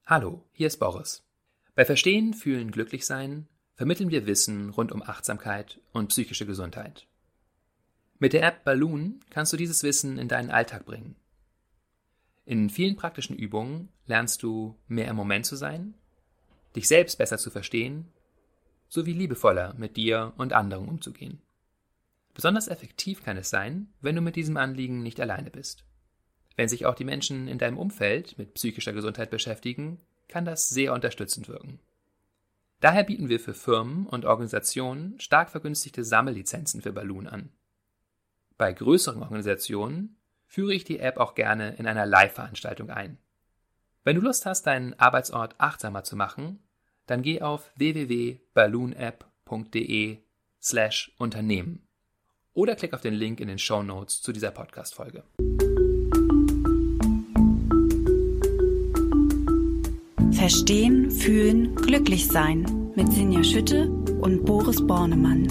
Hallo, hier ist Boris. Bei Verstehen, Fühlen, Glücklichsein vermitteln wir Wissen rund um Achtsamkeit und psychische Gesundheit. Mit der App Balloon kannst du dieses Wissen in deinen Alltag bringen. In vielen praktischen Übungen lernst du, mehr im Moment zu sein, dich selbst besser zu verstehen, sowie liebevoller mit dir und anderen umzugehen. Besonders effektiv kann es sein, wenn du mit diesem Anliegen nicht alleine bist. Wenn sich auch die Menschen in deinem Umfeld mit psychischer Gesundheit beschäftigen, kann das sehr unterstützend wirken. Daher bieten wir für Firmen und Organisationen stark vergünstigte Sammellizenzen für Balloon an. Bei größeren Organisationen führe ich die App auch gerne in einer Live-Veranstaltung ein. Wenn du Lust hast, deinen Arbeitsort achtsamer zu machen, dann geh auf www.balloonapp.de/Unternehmen oder klick auf den Link in den Shownotes zu dieser Podcast-Folge. Verstehen, Fühlen, Glücklichsein mit Sinja Schütte und Boris Bornemann.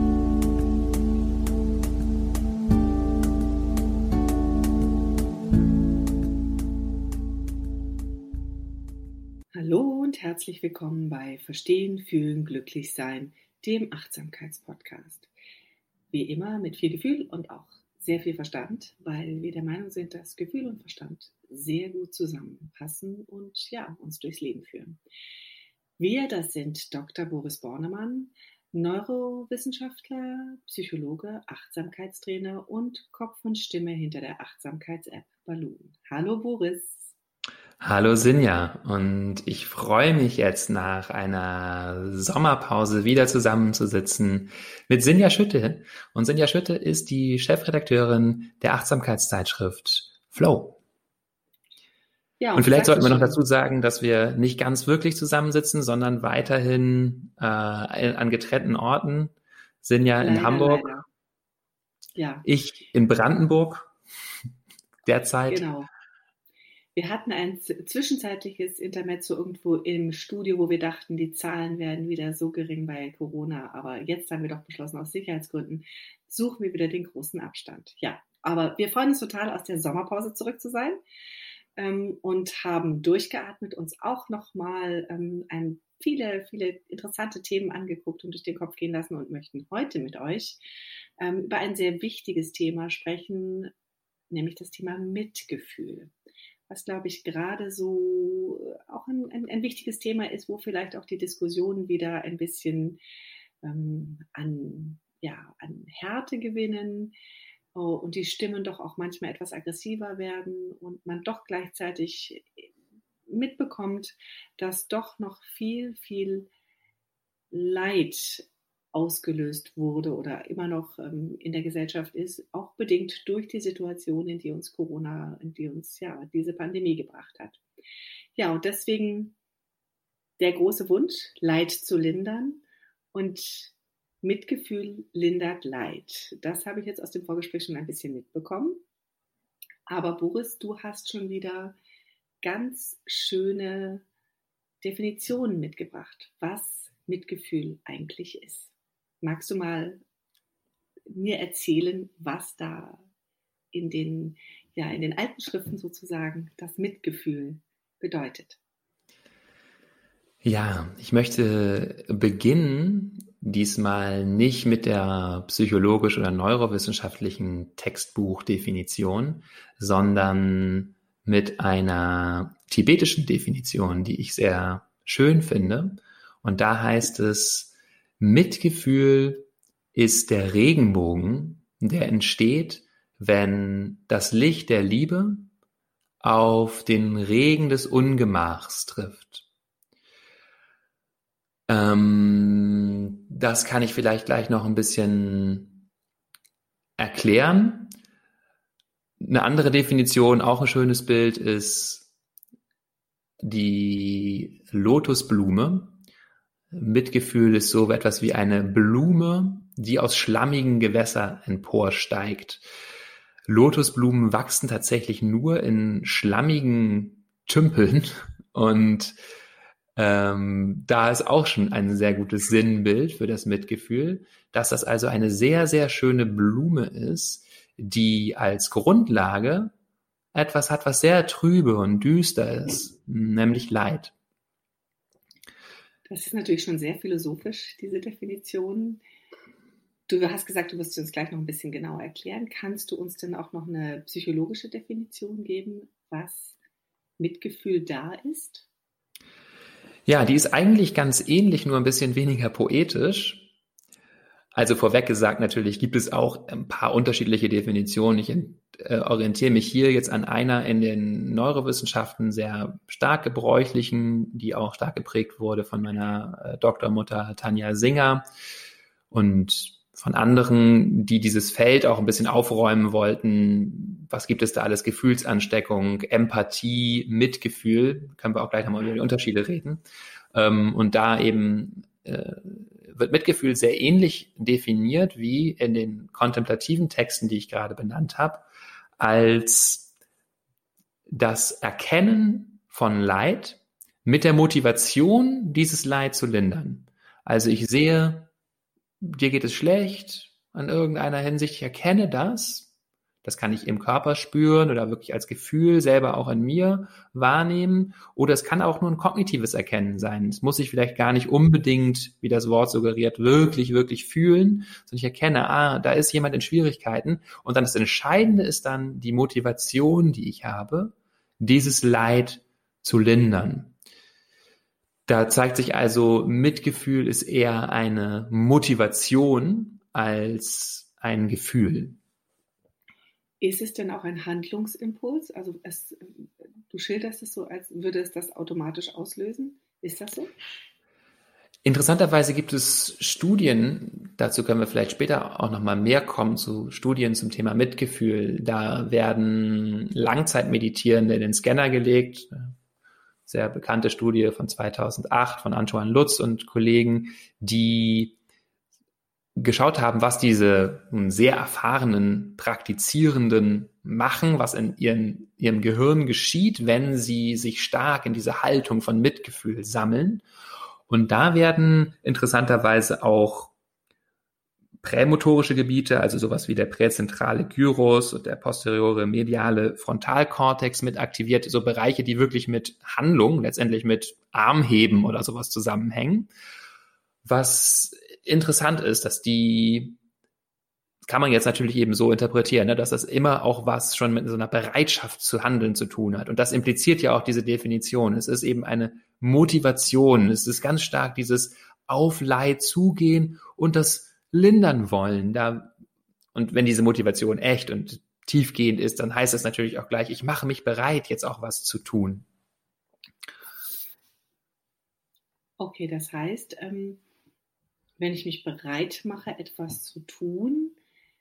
Hallo und herzlich willkommen bei Verstehen, Fühlen, Glücklichsein, dem Achtsamkeitspodcast. Wie immer mit viel Gefühl und auch sehr viel Verstand, weil wir der Meinung sind, dass Gefühl und Verstand sehr gut zusammenpassen und uns durchs Leben führen. Wir, das sind Dr. Boris Bornemann, Neurowissenschaftler, Psychologe, Achtsamkeitstrainer und Kopf und Stimme hinter der Achtsamkeits-App Balloon. Hallo Boris. Hallo Sinja, und ich freue mich jetzt nach einer Sommerpause wieder zusammenzusitzen mit Sinja Schütte. Und Sinja Schütte ist die Chefredakteurin der Achtsamkeitszeitschrift Flow. Ja, und vielleicht sollten wir noch dazu sagen, dass wir nicht ganz wirklich zusammensitzen, sondern weiterhin an getrennten Orten. Sinja in Hamburg, ja. Ich in Brandenburg derzeit. Genau. Wir hatten ein zwischenzeitliches Intermezzo irgendwo im Studio, wo wir dachten, die Zahlen werden wieder so gering bei Corona. Aber jetzt haben wir doch beschlossen, aus Sicherheitsgründen suchen wir wieder den großen Abstand. Ja, aber wir freuen uns total, aus der Sommerpause zurück zu sein und haben durchgeatmet, uns auch nochmal viele interessante Themen angeguckt und durch den Kopf gehen lassen und möchten heute mit euch über ein sehr wichtiges Thema sprechen, nämlich das Thema Mitgefühl. Was, glaube ich, gerade so auch ein wichtiges Thema ist, wo vielleicht auch die Diskussionen wieder ein bisschen an Härte gewinnen und die Stimmen doch auch manchmal etwas aggressiver werden und man doch gleichzeitig mitbekommt, dass doch noch viel Leid ausgelöst wurde oder immer noch in der Gesellschaft ist, auch bedingt durch die Situation, in die uns diese Pandemie gebracht hat. Ja, und deswegen der große Wunsch, Leid zu lindern, und Mitgefühl lindert Leid. Das habe ich jetzt aus dem Vorgespräch schon ein bisschen mitbekommen. Aber Boris, du hast schon wieder ganz schöne Definitionen mitgebracht, was Mitgefühl eigentlich ist. Magst du mal mir erzählen, was da in den alten Schriften sozusagen das Mitgefühl bedeutet? Ja, ich möchte beginnen, diesmal nicht mit der psychologisch- oder neurowissenschaftlichen Textbuchdefinition, sondern mit einer tibetischen Definition, die ich sehr schön finde. Und da heißt es: Mitgefühl ist der Regenbogen, der entsteht, wenn das Licht der Liebe auf den Regen des Ungemachs trifft. Das kann ich vielleicht gleich noch ein bisschen erklären. Eine andere Definition, auch ein schönes Bild, ist die Lotusblume. Mitgefühl ist so etwas wie eine Blume, die aus schlammigen Gewässern emporsteigt. Lotusblumen wachsen tatsächlich nur in schlammigen Tümpeln und da ist auch schon ein sehr gutes Sinnbild für das Mitgefühl, dass das also eine sehr, sehr schöne Blume ist, die als Grundlage etwas hat, was sehr trübe und düster ist, nämlich Leid. Das ist natürlich schon sehr philosophisch, diese Definition. Du hast gesagt, du wirst uns gleich noch ein bisschen genauer erklären. Kannst du uns denn auch noch eine psychologische Definition geben, was Mitgefühl da ist? Ja, die ist eigentlich ganz ähnlich, nur ein bisschen weniger poetisch. Also vorweg gesagt, natürlich gibt es auch ein paar unterschiedliche Definitionen. Ich orientiere mich hier jetzt an einer in den Neurowissenschaften sehr stark gebräuchlichen, die auch stark geprägt wurde von meiner Doktormutter Tanja Singer und von anderen, die dieses Feld auch ein bisschen aufräumen wollten. Was gibt es da alles? Gefühlsansteckung, Empathie, Mitgefühl. Können wir auch gleich nochmal über die Unterschiede reden. Und da eben wird Mitgefühl sehr ähnlich definiert wie in den kontemplativen Texten, die ich gerade benannt habe, als das Erkennen von Leid mit der Motivation, dieses Leid zu lindern. Also ich sehe, dir geht es schlecht an irgendeiner Hinsicht, ich erkenne das kann ich im Körper spüren oder wirklich als Gefühl selber auch in mir wahrnehmen, oder es kann auch nur ein kognitives Erkennen sein. Es muss ich vielleicht gar nicht unbedingt, wie das Wort suggeriert, wirklich fühlen, sondern ich erkenne, da ist jemand in Schwierigkeiten, und dann das Entscheidende ist dann die Motivation, die ich habe, dieses Leid zu lindern. Da zeigt sich also, Mitgefühl ist eher eine Motivation als ein Gefühl. Ist es denn auch ein Handlungsimpuls? Also du schilderst es so, als würde es das automatisch auslösen. Ist das so? Interessanterweise gibt es Studien, dazu können wir vielleicht später auch nochmal mehr kommen, zu Studien zum Thema Mitgefühl. Da werden Langzeitmeditierende in den Scanner gelegt. Sehr bekannte Studie von 2008 von Antoine Lutz und Kollegen, die geschaut haben, was diese sehr erfahrenen Praktizierenden machen, was in ihrem Gehirn geschieht, wenn sie sich stark in diese Haltung von Mitgefühl sammeln. Und da werden interessanterweise auch prämotorische Gebiete, also sowas wie der präzentrale Gyrus und der posteriore mediale Frontalkortex mit aktiviert, so Bereiche, die wirklich mit Handlung, letztendlich mit Armheben oder sowas zusammenhängen. Was interessant ist, dass kann man jetzt natürlich eben so interpretieren, dass das immer auch was schon mit so einer Bereitschaft zu handeln zu tun hat. Und das impliziert ja auch diese Definition. Es ist eben eine Motivation. Es ist ganz stark dieses auf Leid zugehen und das lindern wollen. Und wenn diese Motivation echt und tiefgehend ist, dann heißt das natürlich auch gleich, ich mache mich bereit, jetzt auch was zu tun. Okay, das heißt, wenn ich mich bereit mache, etwas zu tun,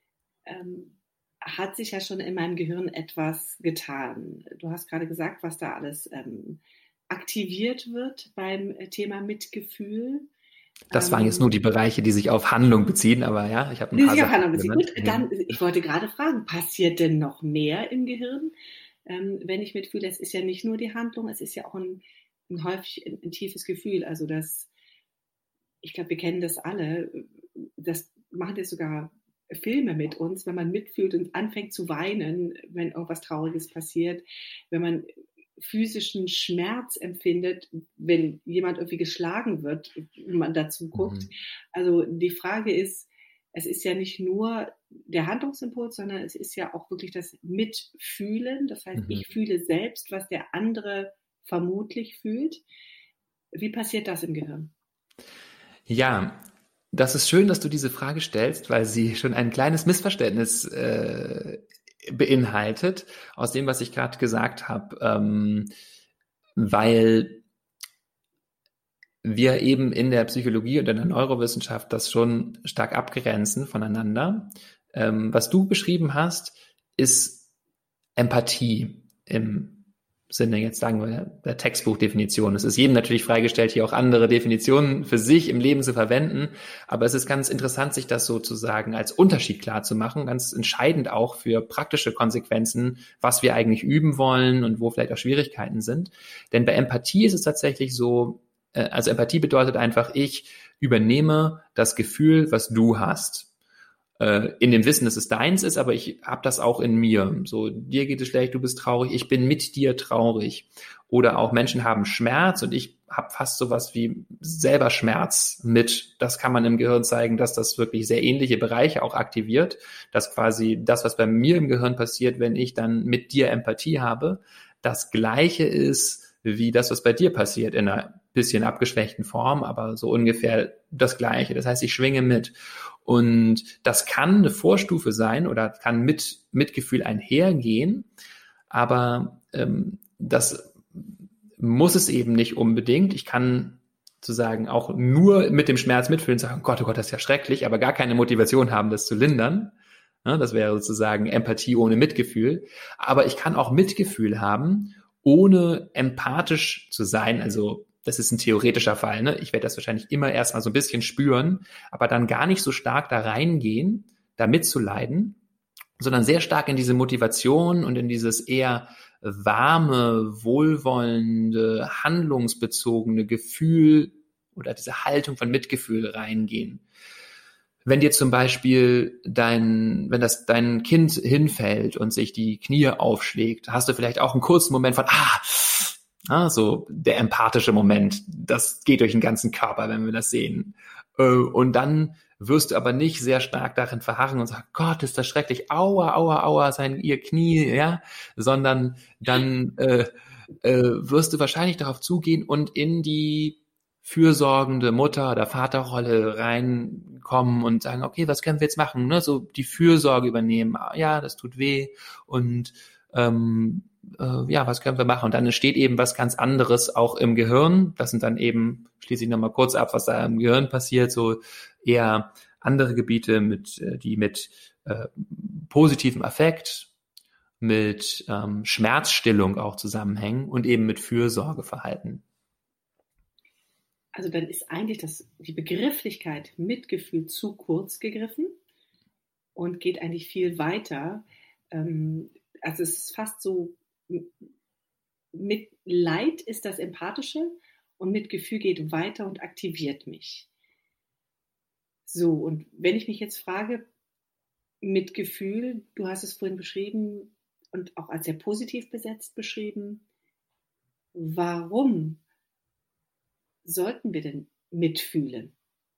hat sich ja schon in meinem Gehirn etwas getan. Du hast gerade gesagt, was da alles aktiviert wird beim Thema Mitgefühl. Das waren jetzt nur die Bereiche, die sich auf Handlung beziehen, aber ja, ich habe ein paar Sachen genannt. Gut, dann, ich wollte gerade fragen, passiert denn noch mehr im Gehirn, wenn ich mitfühle? Es ist ja nicht nur die Handlung, es ist ja auch häufig ein tiefes Gefühl. Also ich glaube, wir kennen das alle. Das machen jetzt sogar Filme mit uns, wenn man mitfühlt und anfängt zu weinen, wenn irgendwas Trauriges passiert, wenn man physischen Schmerz empfindet, wenn jemand irgendwie geschlagen wird und man dazu guckt. Also die Frage ist, es ist ja nicht nur der Handlungsimpuls, sondern es ist ja auch wirklich das Mitfühlen. Das heißt, ich fühle selbst, was der andere vermutlich fühlt. Wie passiert das im Gehirn? Ja, das ist schön, dass du diese Frage stellst, weil sie schon ein kleines Missverständnis beinhaltet aus dem, was ich gerade gesagt habe, weil wir eben in der Psychologie und in der Neurowissenschaft das schon stark abgrenzen voneinander. Was du beschrieben hast, ist Empathie im Sinne, jetzt sagen wir, der Textbuchdefinition. Es ist jedem natürlich freigestellt, hier auch andere Definitionen für sich im Leben zu verwenden, aber es ist ganz interessant, sich das sozusagen als Unterschied klar zu machen, ganz entscheidend auch für praktische Konsequenzen, was wir eigentlich üben wollen und wo vielleicht auch Schwierigkeiten sind. Denn bei Empathie ist es tatsächlich so, also Empathie bedeutet einfach, ich übernehme das Gefühl, was du hast. in dem Wissen, dass es deins ist, aber ich habe das auch in mir. So, dir geht es schlecht, du bist traurig, ich bin mit dir traurig. Oder auch Menschen haben Schmerz und ich habe fast sowas wie selber Schmerz mit. Das kann man im Gehirn zeigen, dass das wirklich sehr ähnliche Bereiche auch aktiviert, dass quasi das, was bei mir im Gehirn passiert, wenn ich dann mit dir Empathie habe, das Gleiche ist wie das, was bei dir passiert, in einer bisschen abgeschwächten Form, aber so ungefähr das Gleiche. Das heißt, ich schwinge mit. Und das kann eine Vorstufe sein oder kann mit Mitgefühl einhergehen, aber das muss es eben nicht unbedingt. Ich kann sozusagen auch nur mit dem Schmerz mitfühlen und sagen, oh Gott, das ist ja schrecklich, aber gar keine Motivation haben, das zu lindern. Ja, das wäre sozusagen Empathie ohne Mitgefühl. Aber ich kann auch Mitgefühl haben, ohne empathisch zu sein. Also das ist ein theoretischer Fall. Ne? Ich werde das wahrscheinlich immer erstmal so ein bisschen spüren, aber dann gar nicht so stark da reingehen, da mitzuleiden, sondern sehr stark in diese Motivation und in dieses eher warme, wohlwollende, handlungsbezogene Gefühl oder diese Haltung von Mitgefühl reingehen. Wenn dir zum Beispiel dein Kind hinfällt und sich die Knie aufschlägt, hast du vielleicht auch einen kurzen Moment von, so der empathische Moment. Das geht durch den ganzen Körper, wenn wir das sehen. Und dann wirst du aber nicht sehr stark darin verharren und sagen, Gott, ist das schrecklich, aua, aua, aua, ihr Knie, ja, sondern dann wirst du wahrscheinlich darauf zugehen und in die fürsorgende Mutter- oder Vaterrolle reinkommen und sagen, okay, was können wir jetzt machen? Ne? So die Fürsorge übernehmen. Ja, das tut weh und was können wir machen? Und dann entsteht eben was ganz anderes auch im Gehirn. Das sind dann eben, schließe ich nochmal kurz ab, was da im Gehirn passiert, so eher andere Gebiete, die mit positivem Affekt, mit Schmerzstillung auch zusammenhängen und eben mit Fürsorgeverhalten. Also dann ist eigentlich die Begrifflichkeit Mitgefühl zu kurz gegriffen und geht eigentlich viel weiter. Also es ist fast so, mit Leid ist das Empathische und Mitgefühl geht weiter und aktiviert mich. So, und wenn ich mich jetzt frage, Mitgefühl, du hast es vorhin beschrieben und auch als sehr positiv besetzt beschrieben, warum sollten wir denn mitfühlen?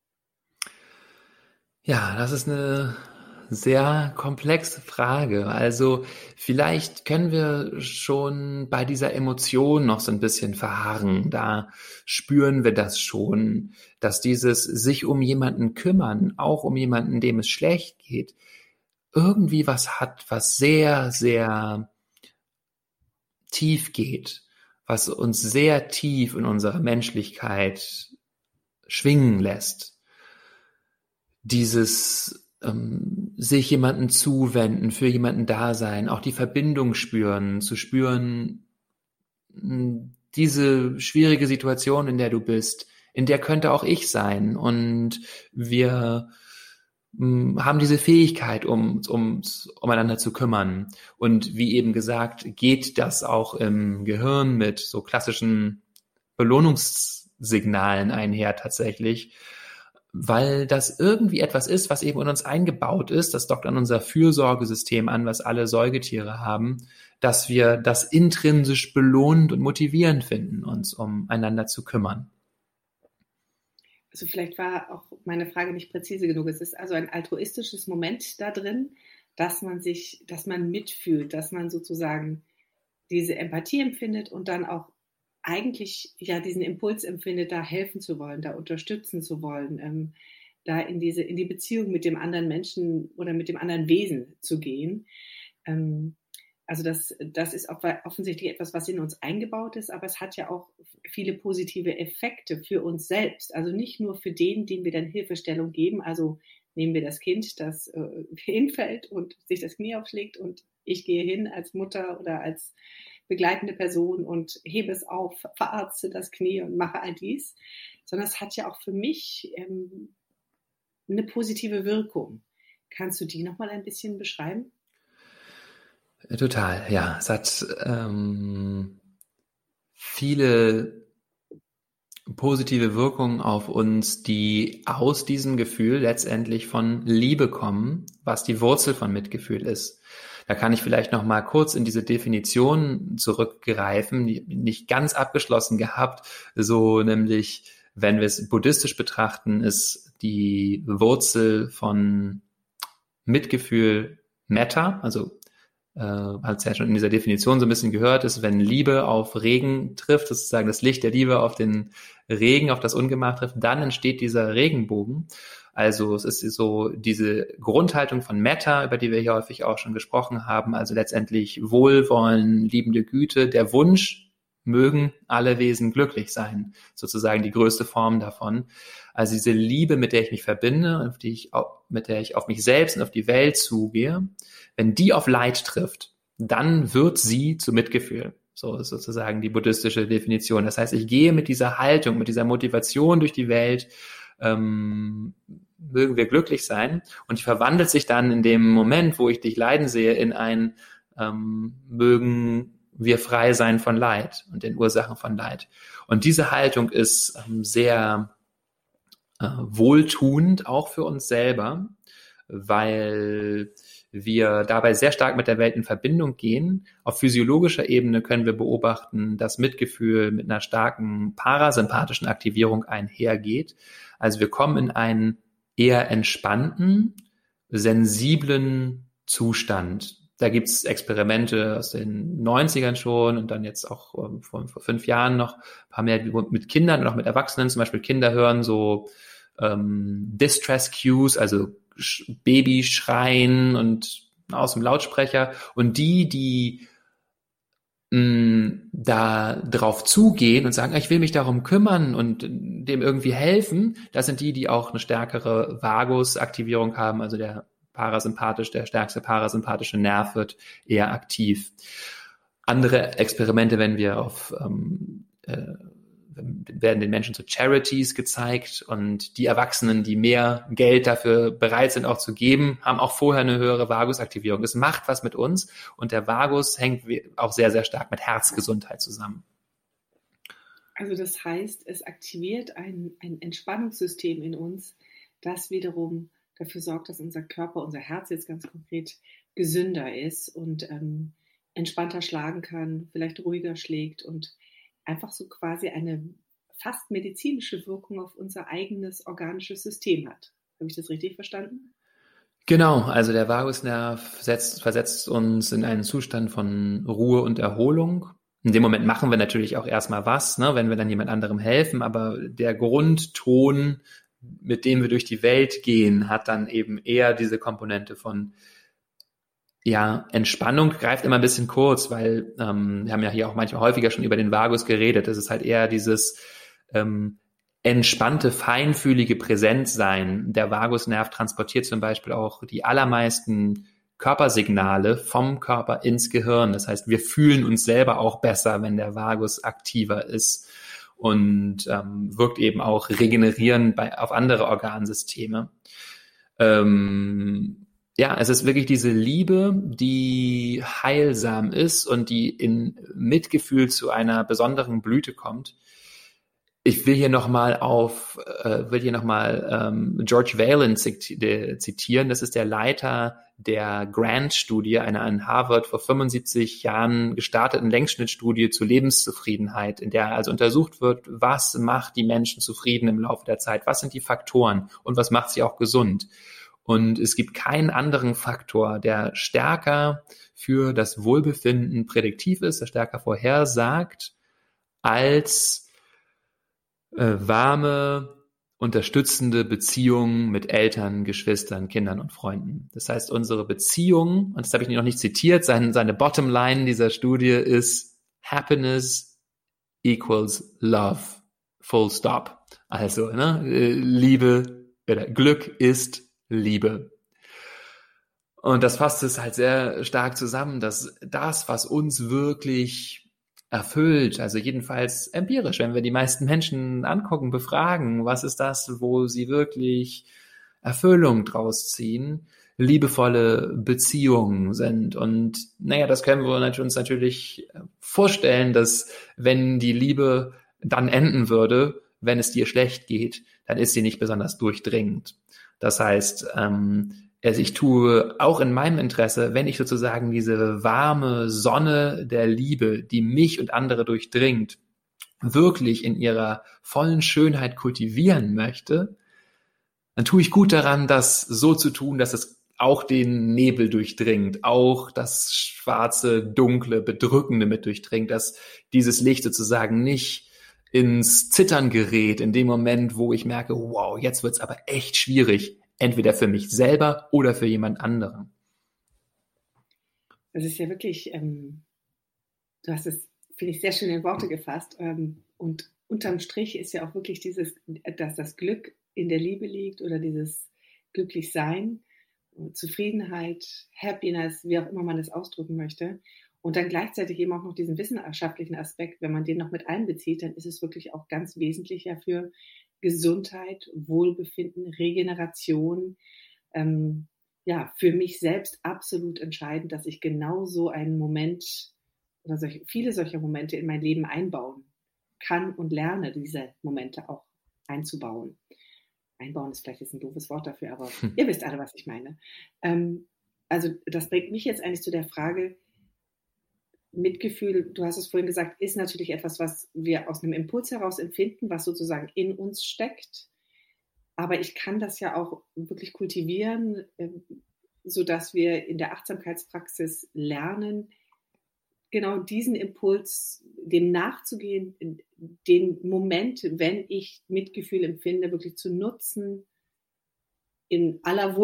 Ja, das ist eine sehr komplexe Frage. Also vielleicht können wir schon bei dieser Emotion noch so ein bisschen verharren. Da spüren wir das schon, dass dieses sich um jemanden kümmern, auch um jemanden, dem es schlecht geht, irgendwie was hat, was sehr, sehr tief geht, was uns sehr tief in unserer Menschlichkeit schwingen lässt. Dieses sich jemanden zuwenden, für jemanden da sein, auch die Verbindung spüren, zu spüren, diese schwierige Situation, in der du bist, in der könnte auch ich sein. Und wir haben diese Fähigkeit, umeinander zu kümmern. Und wie eben gesagt, geht das auch im Gehirn mit so klassischen Belohnungssignalen einher tatsächlich, weil das irgendwie etwas ist, was eben in uns eingebaut ist. Das dockt an unser Fürsorgesystem an, was alle Säugetiere haben, dass wir das intrinsisch belohnend und motivierend finden, uns umeinander zu kümmern. Also vielleicht war auch meine Frage nicht präzise genug. Es ist also ein altruistisches Moment da drin, dass man mitfühlt, dass man sozusagen diese Empathie empfindet und dann auch eigentlich ja diesen Impuls empfindet, da helfen zu wollen, da unterstützen zu wollen, da in die Beziehung mit dem anderen Menschen oder mit dem anderen Wesen zu gehen. Also das ist auch offensichtlich etwas, was in uns eingebaut ist, aber es hat ja auch viele positive Effekte für uns selbst. Also nicht nur für den wir dann Hilfestellung geben. Also nehmen wir das Kind, das hinfällt und sich das Knie aufschlägt und ich gehe hin als Mutter oder als begleitende Person und hebe es auf, verarzte das Knie und mache all dies, sondern es hat ja auch für mich eine positive Wirkung. Kannst du die nochmal ein bisschen beschreiben? Total, ja. Es hat viele positive Wirkungen auf uns, die aus diesem Gefühl letztendlich von Liebe kommen, was die Wurzel von Mitgefühl ist. Da kann ich vielleicht noch mal kurz in diese Definition zurückgreifen, die nicht ganz abgeschlossen gehabt, so nämlich, wenn wir es buddhistisch betrachten, ist die Wurzel von Mitgefühl Metta, also hat es ja schon in dieser Definition so ein bisschen gehört, ist, wenn Liebe auf Regen trifft, sozusagen das Licht der Liebe auf den Regen, auf das Ungemach trifft, dann entsteht dieser Regenbogen. Also es ist so diese Grundhaltung von Metta, über die wir hier häufig auch schon gesprochen haben, also letztendlich Wohlwollen, liebende Güte, der Wunsch, mögen alle Wesen glücklich sein, sozusagen die größte Form davon. Also diese Liebe, mit der ich mich verbinde, mit der ich auf mich selbst und auf die Welt zugehe, wenn die auf Leid trifft, dann wird sie zu Mitgefühl. So ist sozusagen die buddhistische Definition. Das heißt, ich gehe mit dieser Haltung, mit dieser Motivation durch die Welt, mögen wir glücklich sein, und die verwandelt sich dann in dem Moment, wo ich dich leiden sehe, in ein mögen wir frei sein von Leid und den Ursachen von Leid. Und diese Haltung ist sehr wohltuend, auch für uns selber, weil wir dabei sehr stark mit der Welt in Verbindung gehen. Auf physiologischer Ebene können wir beobachten, dass Mitgefühl mit einer starken parasympathischen Aktivierung einhergeht. Also wir kommen in einen eher entspannten, sensiblen Zustand. Da gibt's Experimente aus den 90ern schon und dann jetzt auch vor 5 Jahren noch ein paar mehr mit Kindern und auch mit Erwachsenen. Zum Beispiel Kinder hören so Distress Cues, also Babyschreien und aus dem Lautsprecher. Und die da drauf zugehen und sagen, ich will mich darum kümmern und dem irgendwie helfen, das sind die auch eine stärkere Vagusaktivierung haben, also der stärkste parasympathische Nerv wird eher aktiv. Andere Experimente, werden den Menschen zu Charities gezeigt, und die Erwachsenen, die mehr Geld dafür bereit sind auch zu geben, haben auch vorher eine höhere Vagusaktivierung. Das macht was mit uns, und der Vagus hängt auch sehr, sehr stark mit Herzgesundheit zusammen. Also das heißt, es aktiviert ein Entspannungssystem in uns, das wiederum dafür sorgt, dass unser Körper, unser Herz jetzt ganz konkret gesünder ist und entspannter schlagen kann, vielleicht ruhiger schlägt und einfach so quasi eine fast medizinische Wirkung auf unser eigenes organisches System hat. Habe ich das richtig verstanden? Genau, also der Vagusnerv versetzt uns in einen Zustand von Ruhe und Erholung. In dem Moment machen wir natürlich auch erstmal was, ne, wenn wir dann jemand anderem helfen, aber der Grundton, mit dem wir durch die Welt gehen, hat dann eben eher diese Komponente von Entspannung. Greift immer ein bisschen kurz, weil wir haben ja hier auch manchmal häufiger schon über den Vagus geredet. Das ist halt eher dieses entspannte, feinfühlige Präsentsein. Der Vagusnerv transportiert zum Beispiel auch die allermeisten Körpersignale vom Körper ins Gehirn. Das heißt, wir fühlen uns selber auch besser, wenn der Vagus aktiver ist, und wirkt eben auch regenerierend auf andere Organsysteme. Es ist wirklich diese Liebe, die heilsam ist und die in Mitgefühl zu einer besonderen Blüte kommt. Ich will hier nochmal George Whalen zitieren. Das ist der Leiter der Grant-Studie, einer an Harvard vor 75 Jahren gestarteten Längsschnittstudie zur Lebenszufriedenheit, in der also untersucht wird, was macht die Menschen zufrieden im Laufe der Zeit, was sind die Faktoren und was macht sie auch gesund. Und es gibt keinen anderen Faktor, der stärker für das Wohlbefinden prädiktiv ist, der stärker vorhersagt, als warme, unterstützende Beziehungen mit Eltern, Geschwistern, Kindern und Freunden. Das heißt, unsere Beziehungen, und das habe ich noch nicht zitiert, seine Bottomline dieser Studie ist Happiness equals love, full stop. Also Liebe oder Glück ist Liebe. Und das fasst es halt sehr stark zusammen, dass das, was uns wirklich erfüllt, also jedenfalls empirisch, wenn wir die meisten Menschen angucken, befragen, was ist das, wo sie wirklich Erfüllung draus ziehen, liebevolle Beziehungen sind. Und das können wir uns natürlich vorstellen, dass wenn die Liebe dann enden würde, wenn es dir schlecht geht, dann ist sie nicht besonders durchdringend. Das heißt, also ich tue auch in meinem Interesse, wenn ich sozusagen diese warme Sonne der Liebe, die mich und andere durchdringt, wirklich in ihrer vollen Schönheit kultivieren möchte, dann tue ich gut daran, das so zu tun, dass es auch den Nebel durchdringt, auch das schwarze, dunkle, bedrückende mit durchdringt, dass dieses Licht sozusagen nicht ins Zittern gerät in dem Moment, wo ich merke, wow, jetzt wird's aber echt schwierig, entweder für mich selber oder für jemand anderen. Das ist ja wirklich, du hast es, finde ich, sehr schön in Worte gefasst. Und unterm Strich ist ja auch wirklich dass das Glück in der Liebe liegt oder dieses Glücklichsein, Zufriedenheit, Happiness, wie auch immer man das ausdrücken möchte. Und dann gleichzeitig eben auch noch diesen wissenschaftlichen Aspekt, wenn man den noch mit einbezieht, dann ist es wirklich auch ganz wesentlich ja für Gesundheit, Wohlbefinden, Regeneration, für mich selbst absolut entscheidend, dass ich genau so einen Moment oder viele solcher Momente in mein Leben einbauen kann und lerne, diese Momente auch einzubauen. Einbauen ist vielleicht jetzt ein doofes Wort dafür, aber ihr wisst alle, was ich meine. Also das bringt mich jetzt eigentlich zu der Frage, Mitgefühl, du hast es vorhin gesagt, ist natürlich etwas, was wir aus einem Impuls heraus empfinden, was sozusagen in uns steckt. Aber ich kann das ja auch wirklich kultivieren, sodass wir in der Achtsamkeitspraxis lernen, genau diesen Impuls, dem nachzugehen, den Moment, wenn ich Mitgefühl empfinde, wirklich zu nutzen, in aller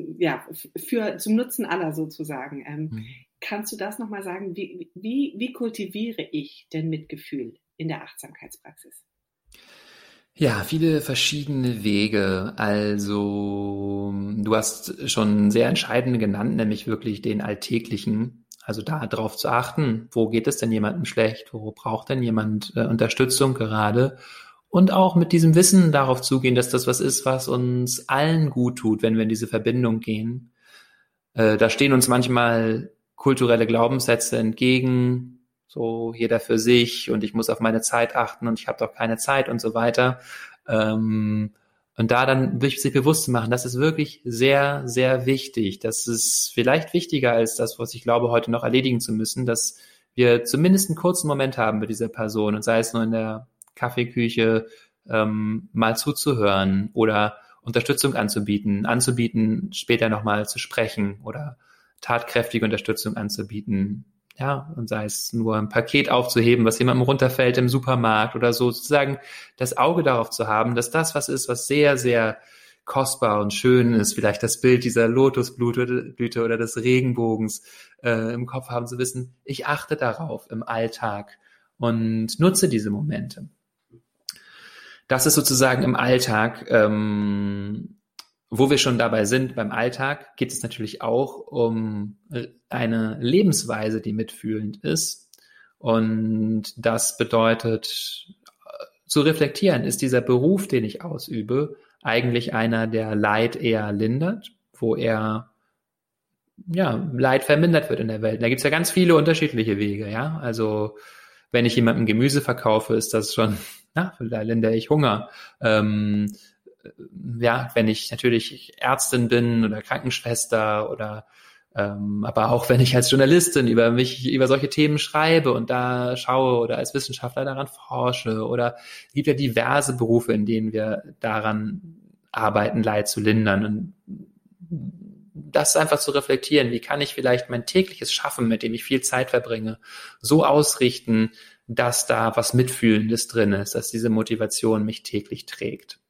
zum Nutzen aller sozusagen. Kannst du das nochmal sagen? Wie kultiviere ich denn Mitgefühl in der Achtsamkeitspraxis? Ja, viele verschiedene Wege. Also du hast schon sehr entscheidende genannt, nämlich wirklich den alltäglichen. Also da drauf zu achten, wo geht es denn jemandem schlecht, wo braucht denn jemand Unterstützung gerade? Und auch mit diesem Wissen darauf zugehen, dass das was ist, was uns allen gut tut, wenn wir in diese Verbindung gehen. Da stehen uns manchmal kulturelle Glaubenssätze entgegen, so jeder für sich und ich muss auf meine Zeit achten und ich habe doch keine Zeit und so weiter. Und da dann sich bewusst zu machen, das ist wirklich sehr, sehr wichtig. Das ist vielleicht wichtiger als das, was ich glaube, heute noch erledigen zu müssen, dass wir zumindest einen kurzen Moment haben mit dieser Person und sei es nur in der Kaffeeküche mal zuzuhören oder Unterstützung anzubieten, später nochmal zu sprechen oder tatkräftige Unterstützung anzubieten. Ja, und sei es nur ein Paket aufzuheben, was jemandem runterfällt im Supermarkt oder so, sozusagen das Auge darauf zu haben, dass das was ist, was sehr, sehr kostbar und schön ist, vielleicht das Bild dieser Lotusblüte oder des Regenbogens im Kopf haben, zu wissen, ich achte darauf im Alltag und nutze diese Momente. Das ist sozusagen im Alltag, wo wir schon dabei sind, beim Alltag, geht es natürlich auch um eine Lebensweise, die mitfühlend ist. Und das bedeutet, zu reflektieren, ist dieser Beruf, den ich ausübe, eigentlich einer, der Leid eher lindert, wo er Leid vermindert wird in der Welt. Da gibt es ja ganz viele unterschiedliche Wege, ja. Also wenn ich jemandem Gemüse verkaufe, ist das schon, da lindere ich Hunger. Wenn ich natürlich Ärztin bin oder Krankenschwester oder aber auch wenn ich als Journalistin über solche Themen schreibe und da schaue oder als Wissenschaftler daran forsche oder es gibt ja diverse Berufe, in denen wir daran arbeiten, Leid zu lindern und das einfach zu reflektieren, wie kann ich vielleicht mein tägliches Schaffen, mit dem ich viel Zeit verbringe, so ausrichten, dass da was Mitfühlendes drin ist, dass diese Motivation mich täglich trägt.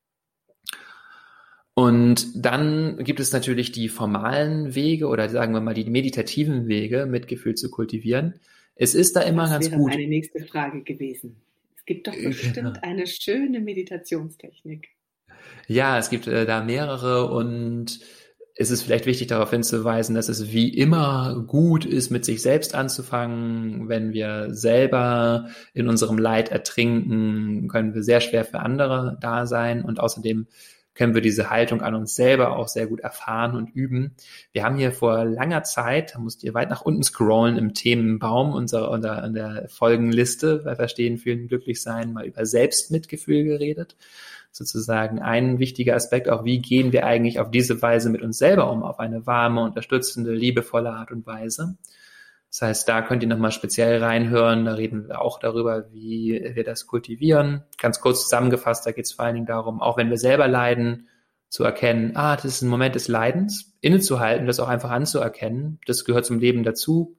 Und dann gibt es natürlich die formalen Wege oder sagen wir mal die meditativen Wege, Mitgefühl zu kultivieren. Es ist da immer ganz gut. Das wäre meine nächste Frage gewesen. Es gibt doch bestimmt eine schöne Meditationstechnik. Ja, es gibt da mehrere und es ist vielleicht wichtig darauf hinzuweisen, dass es wie immer gut ist, mit sich selbst anzufangen. Wenn wir selber in unserem Leid ertrinken, können wir sehr schwer für andere da sein und außerdem können wir diese Haltung an uns selber auch sehr gut erfahren und üben. Wir haben hier vor langer Zeit, da musst ihr weit nach unten scrollen im Themenbaum an der Folgenliste bei Verstehen, Fühlen, Glücklichsein, mal über Selbstmitgefühl geredet. Sozusagen ein wichtiger Aspekt auch, wie gehen wir eigentlich auf diese Weise mit uns selber um, auf eine warme, unterstützende, liebevolle Art und Weise. Das heißt, da könnt ihr nochmal speziell reinhören, da reden wir auch darüber, wie wir das kultivieren. Ganz kurz zusammengefasst, da geht es vor allen Dingen darum, auch wenn wir selber leiden, zu erkennen, das ist ein Moment des Leidens, innezuhalten, das auch einfach anzuerkennen, das gehört zum Leben dazu.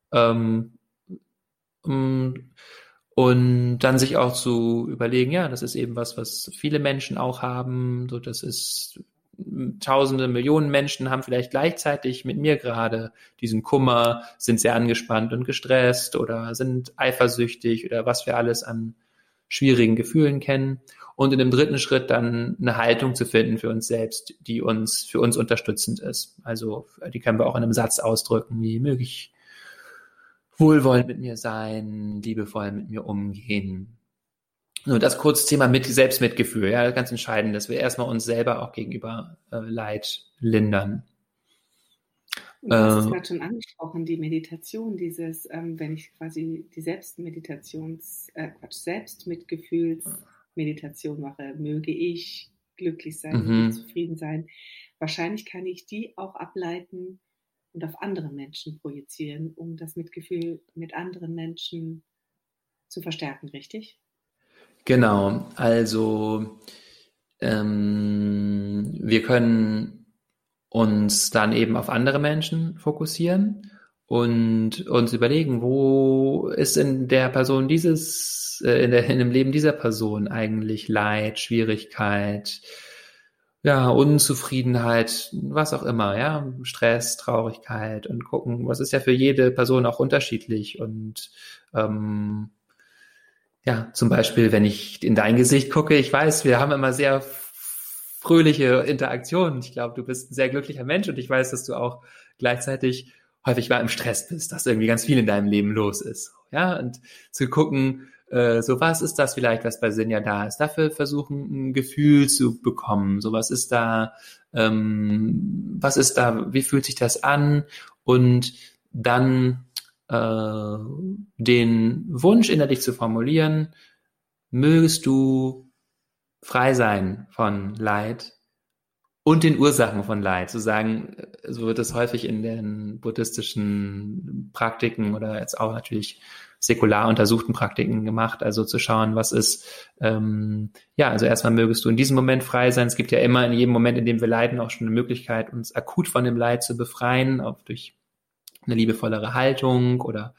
Und dann sich auch zu überlegen, ja, das ist eben was viele Menschen auch haben, so das ist Tausende, Millionen Menschen haben vielleicht gleichzeitig mit mir gerade diesen Kummer, sind sehr angespannt und gestresst oder sind eifersüchtig oder was wir alles an schwierigen Gefühlen kennen. Und in dem dritten Schritt dann eine Haltung zu finden für uns selbst, die für uns unterstützend ist. Also die können wir auch in einem Satz ausdrücken, wie möglich wohlwollend mit mir sein, liebevoll mit mir umgehen. Nur das kurze Thema mit Selbstmitgefühl, ja, ganz entscheidend, dass wir erstmal uns selber auch gegenüber Leid lindern. Und du hast es gerade schon angesprochen, die Meditation, wenn ich quasi die Selbstmitgefühlsmeditation mache, möge ich glücklich sein, möge ich zufrieden sein. Wahrscheinlich kann ich die auch ableiten und auf andere Menschen projizieren, um das Mitgefühl mit anderen Menschen zu verstärken, richtig? Genau, also wir können uns dann eben auf andere Menschen fokussieren und uns überlegen, wo ist in der Person in dem Leben dieser Person eigentlich Leid, Schwierigkeit, ja, Unzufriedenheit, was auch immer, ja, Stress, Traurigkeit und gucken, was ist ja für jede Person auch unterschiedlich und ja, zum Beispiel, wenn ich in dein Gesicht gucke, ich weiß, wir haben immer sehr fröhliche Interaktionen. Ich glaube, du bist ein sehr glücklicher Mensch und ich weiß, dass du auch gleichzeitig häufig mal im Stress bist, dass irgendwie ganz viel in deinem Leben los ist. Ja, und zu gucken, so was ist das vielleicht, was bei Sinja da ist. Dafür versuchen, ein Gefühl zu bekommen. So was ist da, wie fühlt sich das an? Und dann den Wunsch innerlich zu formulieren, mögest du frei sein von Leid und den Ursachen von Leid. Zu sagen, so wird es häufig in den buddhistischen Praktiken oder jetzt auch natürlich säkular untersuchten Praktiken gemacht, also zu schauen, was ist, also erstmal mögest du in diesem Moment frei sein. Es gibt ja immer in jedem Moment, in dem wir leiden, auch schon eine Möglichkeit, uns akut von dem Leid zu befreien, auch durch eine liebevollere Haltung oder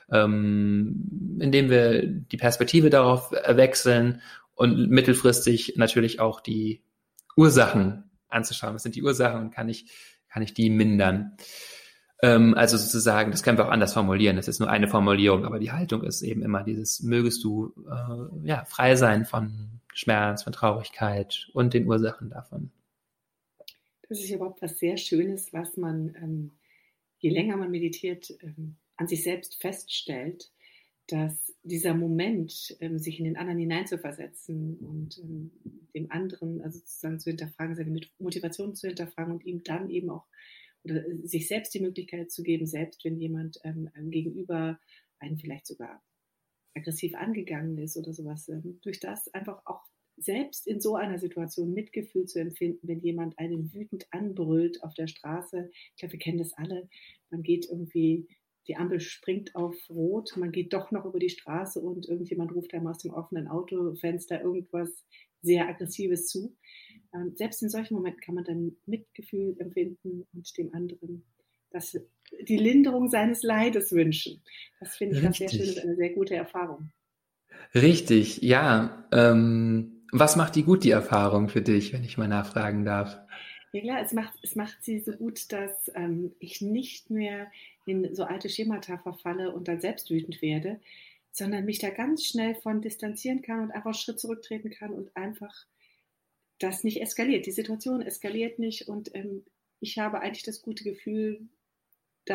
indem wir die Perspektive darauf wechseln und mittelfristig natürlich auch die Ursachen anzuschauen. Was sind die Ursachen und kann ich die mindern? Also sozusagen, das können wir auch anders formulieren. Das ist nur eine Formulierung, aber die Haltung ist eben immer dieses, mögest du frei sein von Schmerz, von Traurigkeit und den Ursachen davon. Das ist überhaupt was sehr Schönes, was man je länger man meditiert, an sich selbst feststellt, dass dieser Moment, sich in den anderen hineinzuversetzen und dem anderen, also sozusagen zu hinterfragen, seine Motivation zu hinterfragen und ihm dann eben auch, oder sich selbst die Möglichkeit zu geben, selbst wenn jemand gegenüber einen vielleicht sogar aggressiv angegangen ist oder sowas, durch das einfach auch selbst in so einer Situation Mitgefühl zu empfinden, wenn jemand einen wütend anbrüllt auf der Straße. Ich glaube, wir kennen das alle. Man geht irgendwie, die Ampel springt auf Rot, man geht doch noch über die Straße und irgendjemand ruft einem aus dem offenen Autofenster irgendwas sehr Aggressives zu. Selbst in solchen Momenten kann man dann Mitgefühl empfinden und dem anderen die Linderung seines Leides wünschen. Das finde ich was sehr Schönes, eine sehr gute Erfahrung. Richtig, ja. Was macht die gut, die Erfahrung für dich, wenn ich mal nachfragen darf? Ja klar, es macht sie so gut, dass ich nicht mehr in so alte Schemata verfalle und dann selbst wütend werde, sondern mich da ganz schnell von distanzieren kann und einfach einen Schritt zurücktreten kann und einfach das nicht eskaliert. Die Situation eskaliert nicht und ich habe eigentlich das gute Gefühl, dann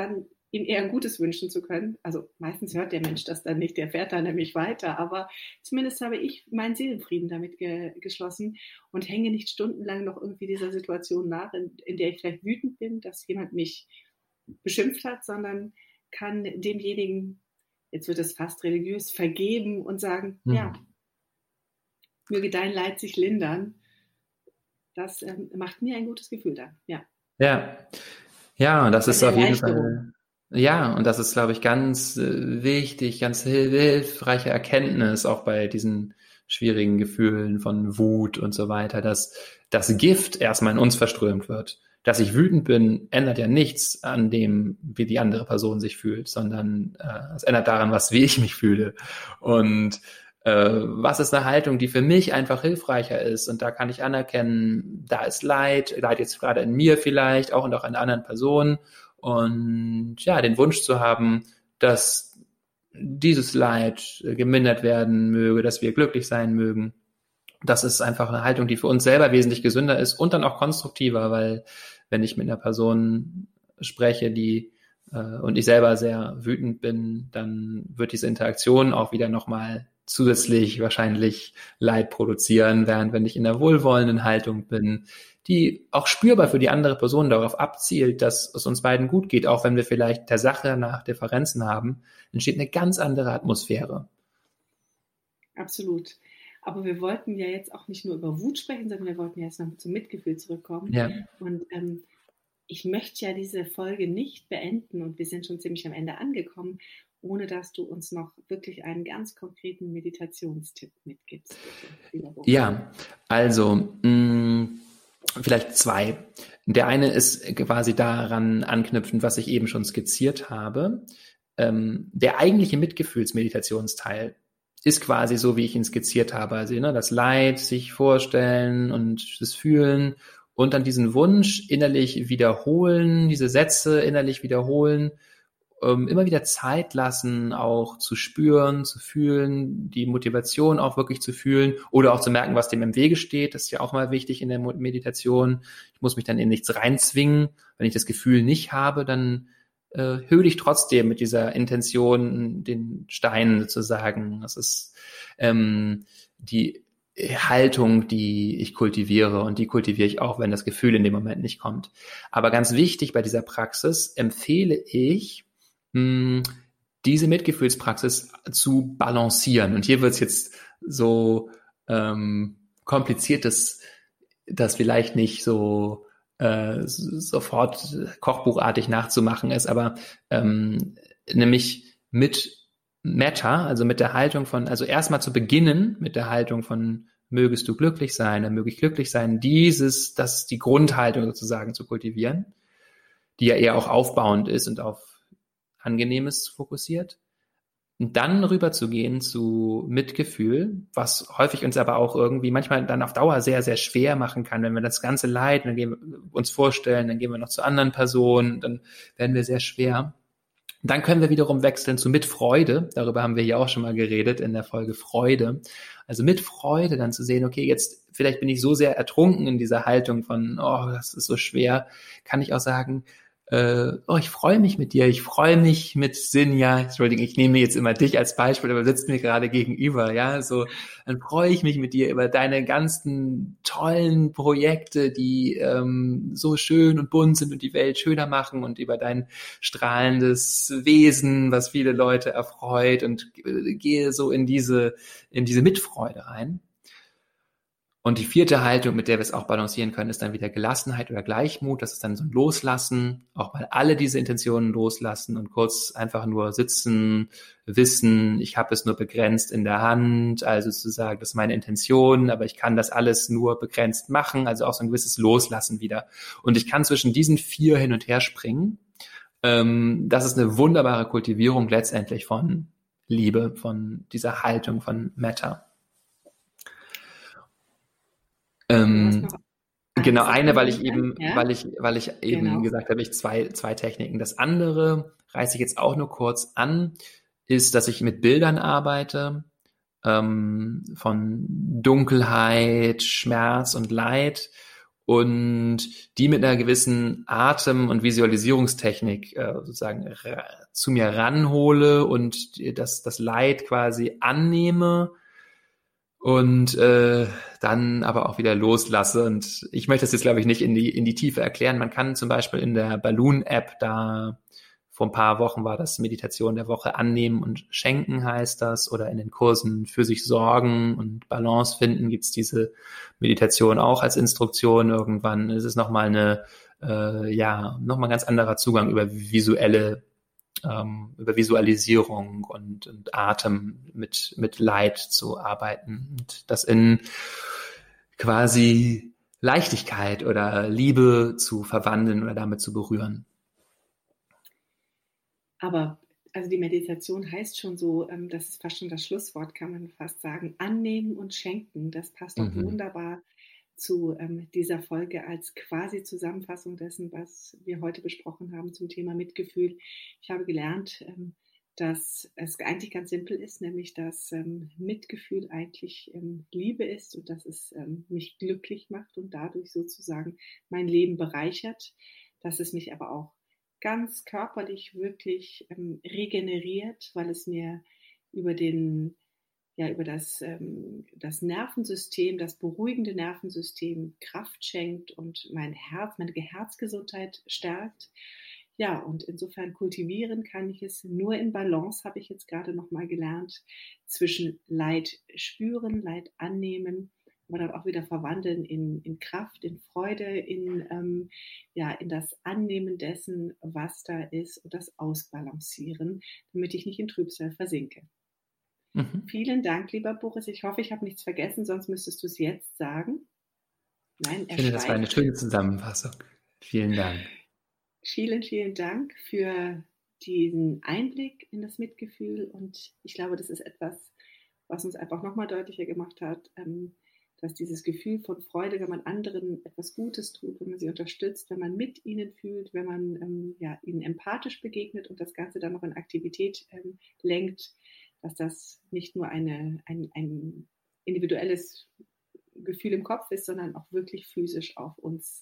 ihm eher ein Gutes wünschen zu können. Also meistens hört der Mensch das dann nicht, der fährt dann nämlich weiter, aber zumindest habe ich meinen Seelenfrieden damit geschlossen und hänge nicht stundenlang noch irgendwie dieser Situation nach, in der ich vielleicht wütend bin, dass jemand mich beschimpft hat, sondern kann demjenigen, jetzt wird es fast religiös, vergeben und sagen, ja, möge dein Leid sich lindern. Das macht mir ein gutes Gefühl dann, ja. Ja, und das ist auf jeden Fall, ja, und das ist, glaube ich, ganz wichtig, ganz hilfreiche Erkenntnis, auch bei diesen schwierigen Gefühlen von Wut und so weiter, dass das Gift erstmal in uns verströmt wird. Dass ich wütend bin, ändert ja nichts an dem, wie die andere Person sich fühlt, sondern es ändert daran, wie ich mich fühle. Und was ist eine Haltung, die für mich einfach hilfreicher ist? Und da kann ich anerkennen, da ist Leid jetzt gerade in mir vielleicht, auch und auch in anderen Personen. Und ja, den Wunsch zu haben, dass dieses Leid gemindert werden möge, dass wir glücklich sein mögen. Das ist einfach eine Haltung, die für uns selber wesentlich gesünder ist und dann auch konstruktiver, weil wenn ich mit einer Person spreche, die und ich selber sehr wütend bin, dann wird diese Interaktion auch wieder nochmal zusätzlich wahrscheinlich Leid produzieren, während wenn ich in einer wohlwollenden Haltung bin, die auch spürbar für die andere Person darauf abzielt, dass es uns beiden gut geht, auch wenn wir vielleicht der Sache nach Differenzen haben, entsteht eine ganz andere Atmosphäre. Absolut. Aber wir wollten ja jetzt auch nicht nur über Wut sprechen, sondern wir wollten jetzt noch zum Mitgefühl zurückkommen. Ja. Und ich möchte ja diese Folge nicht beenden und wir sind schon ziemlich am Ende angekommen, ohne dass du uns noch wirklich einen ganz konkreten Meditationstipp mitgibst. Bitte. Ja, also vielleicht zwei. Der eine ist quasi daran anknüpfend, was ich eben schon skizziert habe. Der eigentliche Mitgefühlsmeditationsteil ist quasi so, wie ich ihn skizziert habe. Also das Leid sich vorstellen und das Fühlen und dann diesen Wunsch innerlich wiederholen, diese Sätze innerlich wiederholen, immer wieder Zeit lassen, auch zu spüren, zu fühlen, die Motivation auch wirklich zu fühlen oder auch zu merken, was dem im Wege steht. Das ist ja auch mal wichtig in der Meditation. Ich muss mich dann in nichts reinzwingen. Wenn ich das Gefühl nicht habe, dann höhle ich trotzdem mit dieser Intention den Stein sozusagen. Das ist die Haltung, die ich kultiviere und die kultiviere ich auch, wenn das Gefühl in dem Moment nicht kommt. Aber ganz wichtig bei dieser Praxis empfehle ich, diese Mitgefühlspraxis zu balancieren. Und hier wird es jetzt so kompliziert, dass das vielleicht nicht so sofort kochbuchartig nachzumachen ist, aber nämlich mit Metta, also mit der Haltung von, also erstmal zu beginnen mit der Haltung von mögest du glücklich sein, dann möge ich glücklich sein, das ist die Grundhaltung sozusagen zu kultivieren, die ja eher auch aufbauend ist und auf Angenehmes fokussiert. Und dann rüberzugehen zu Mitgefühl, was häufig uns aber auch irgendwie manchmal dann auf Dauer sehr, sehr schwer machen kann, wenn wir das ganze Leid, dann gehen wir uns vorstellen, dann gehen wir noch zu anderen Personen, dann werden wir sehr schwer. Dann können wir wiederum wechseln zu Mitfreude. Darüber haben wir hier auch schon mal geredet in der Folge Freude. Also mit Freude dann zu sehen, okay, jetzt vielleicht bin ich so sehr ertrunken in dieser Haltung von, oh, das ist so schwer, kann ich auch sagen, ich freue mich mit dir, ich freue mich mit Sinja, Entschuldigung, ich nehme jetzt immer dich als Beispiel, aber du sitzt mir gerade gegenüber, ja, so, dann freue ich mich mit dir über deine ganzen tollen Projekte, die so schön und bunt sind und die Welt schöner machen und über dein strahlendes Wesen, was viele Leute erfreut und gehe so in diese Mitfreude rein. Und die vierte Haltung, mit der wir es auch balancieren können, ist dann wieder Gelassenheit oder Gleichmut. Das ist dann so ein Loslassen, auch mal alle diese Intentionen loslassen und kurz einfach nur sitzen, wissen, ich habe es nur begrenzt in der Hand, also zu sagen, das ist meine Intention, aber ich kann das alles nur begrenzt machen, also auch so ein gewisses Loslassen wieder. Und ich kann zwischen diesen 4 hin und her springen. Das ist eine wunderbare Kultivierung letztendlich von Liebe, von dieser Haltung von Metta. Genau, eine, weil ich eben genau gesagt habe, ich zwei Techniken. Das andere reiße ich jetzt auch nur kurz an, ist, dass ich mit Bildern arbeite, von Dunkelheit, Schmerz und Leid und die mit einer gewissen Atem- und Visualisierungstechnik sozusagen zu mir ranhole und das Leid quasi annehme und dann aber auch wieder loslasse. Und ich möchte das jetzt, glaube ich, nicht in die Tiefe erklären. Man kann zum Beispiel in der Balloon-App, da vor ein paar Wochen war das Meditation der Woche, annehmen und schenken heißt das, oder in den Kursen für sich sorgen und Balance finden gibt's diese Meditation auch als Instruktion. Irgendwann ist es nochmal nochmal ein ganz anderer Zugang über Visualisierung und Atem mit Leid zu arbeiten und das in quasi Leichtigkeit oder Liebe zu verwandeln oder damit zu berühren. Aber also die Meditation heißt schon so, das ist fast schon das Schlusswort, kann man fast sagen, annehmen und schenken. Das passt auch wunderbar zu dieser Folge als quasi Zusammenfassung dessen, was wir heute besprochen haben zum Thema Mitgefühl. Ich habe gelernt, dass es eigentlich ganz simpel ist, nämlich dass Mitgefühl eigentlich Liebe ist und dass es mich glücklich macht und dadurch sozusagen mein Leben bereichert, dass es mich aber auch ganz körperlich wirklich regeneriert, weil es mir über das Nervensystem, das beruhigende Nervensystem Kraft schenkt und meine Herzgesundheit stärkt. Ja, und insofern kultivieren kann ich es nur in Balance, habe ich jetzt gerade nochmal gelernt, zwischen Leid spüren, Leid annehmen, aber dann auch wieder verwandeln in Kraft, in Freude, in das Annehmen dessen, was da ist und das Ausbalancieren, damit ich nicht in Trübsal versinke. Vielen Dank, lieber Boris. Ich hoffe, ich habe nichts vergessen, sonst müsstest du es jetzt sagen. Nein, ich finde, das war eine schöne Zusammenfassung. Vielen Dank. Vielen, vielen Dank für diesen Einblick in das Mitgefühl und ich glaube, das ist etwas, was uns einfach nochmal deutlicher gemacht hat, dass dieses Gefühl von Freude, wenn man anderen etwas Gutes tut, wenn man sie unterstützt, wenn man mit ihnen fühlt, wenn man ihnen empathisch begegnet und das Ganze dann noch in Aktivität lenkt, dass das nicht nur ein individuelles Gefühl im Kopf ist, sondern auch wirklich physisch auf uns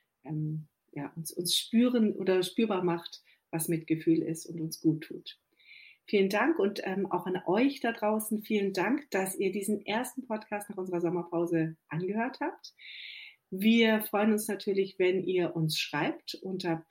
spüren oder spürbar macht, was Mitgefühl ist und uns gut tut. Vielen Dank und auch an euch da draußen vielen Dank, dass ihr diesen ersten Podcast nach unserer Sommerpause angehört habt. Wir freuen uns natürlich, wenn ihr uns schreibt unter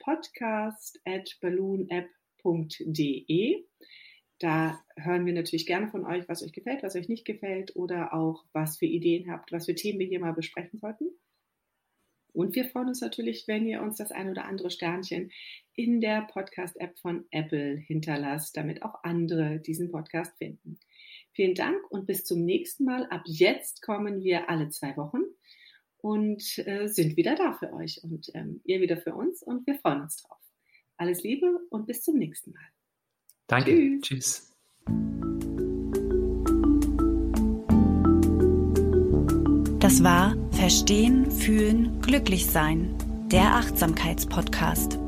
podcast@balloonapp.de. Da hören wir natürlich gerne von euch, was euch gefällt, was euch nicht gefällt oder auch, was für Ideen habt, was für Themen wir hier mal besprechen sollten. Und wir freuen uns natürlich, wenn ihr uns das ein oder andere Sternchen in der Podcast-App von Apple hinterlasst, damit auch andere diesen Podcast finden. Vielen Dank und bis zum nächsten Mal. Ab jetzt kommen wir alle 2 Wochen und sind wieder da für euch und ihr wieder für uns und wir freuen uns drauf. Alles Liebe und bis zum nächsten Mal. Danke. Tschüss. Das war Verstehen, Fühlen, Glücklich sein, der Achtsamkeitspodcast.